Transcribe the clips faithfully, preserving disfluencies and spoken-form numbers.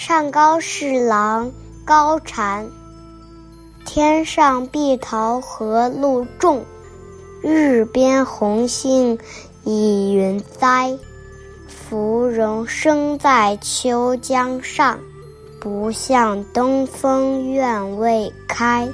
上高侍郎高蝉。天上碧桃何路众，日边红杏已云栽。芙蓉生在秋江上，不向东风怨未开。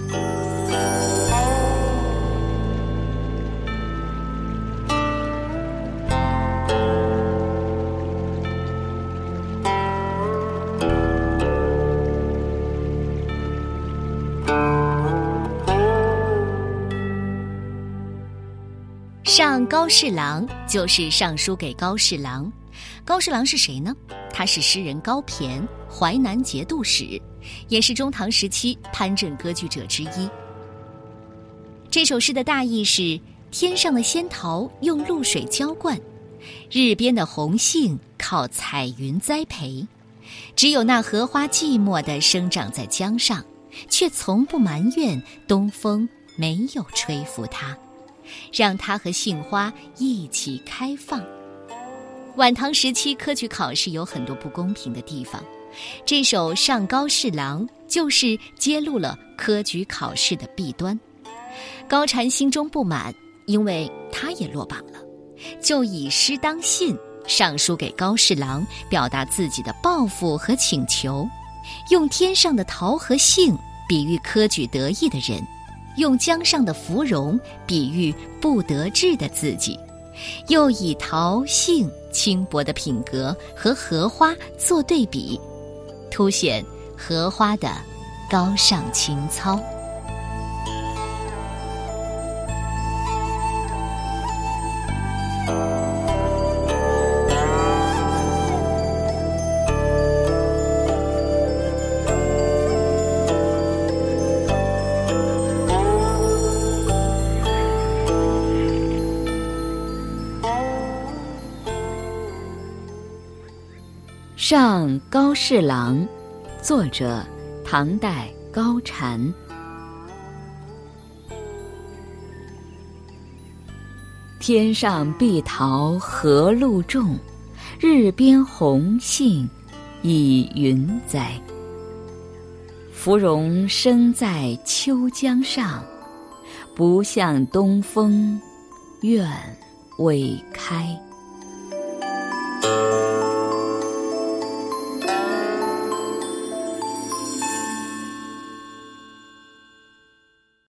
上高侍郎就是上书给高侍郎。高侍郎是谁呢？他是诗人高骈，淮南节度使，也是中唐时期藩镇割据者之一。这首诗的大意是：天上的仙桃用露水浇灌，日边的红杏靠彩云栽培，只有那荷花寂寞地生长在江上，却从不埋怨东风没有吹拂它，让它和杏花一起开放。晚唐时期科举考试有很多不公平的地方，这首《上高侍郎》就是揭露了科举考试的弊端。高蝉心中不满，因为他也落榜了，就以诗当信，上书给高侍郎，表达自己的抱负和请求，用天上的桃和杏比喻科举得意的人，用江上的芙蓉比喻不得志的自己，又以桃杏轻薄的品格和荷花做对比，凸显荷花的高尚情操。 上高侍郎，作者唐代高蝉。天上碧桃何路众，日边红杏已云栽。芙蓉生在秋江上，不向东风怨未开。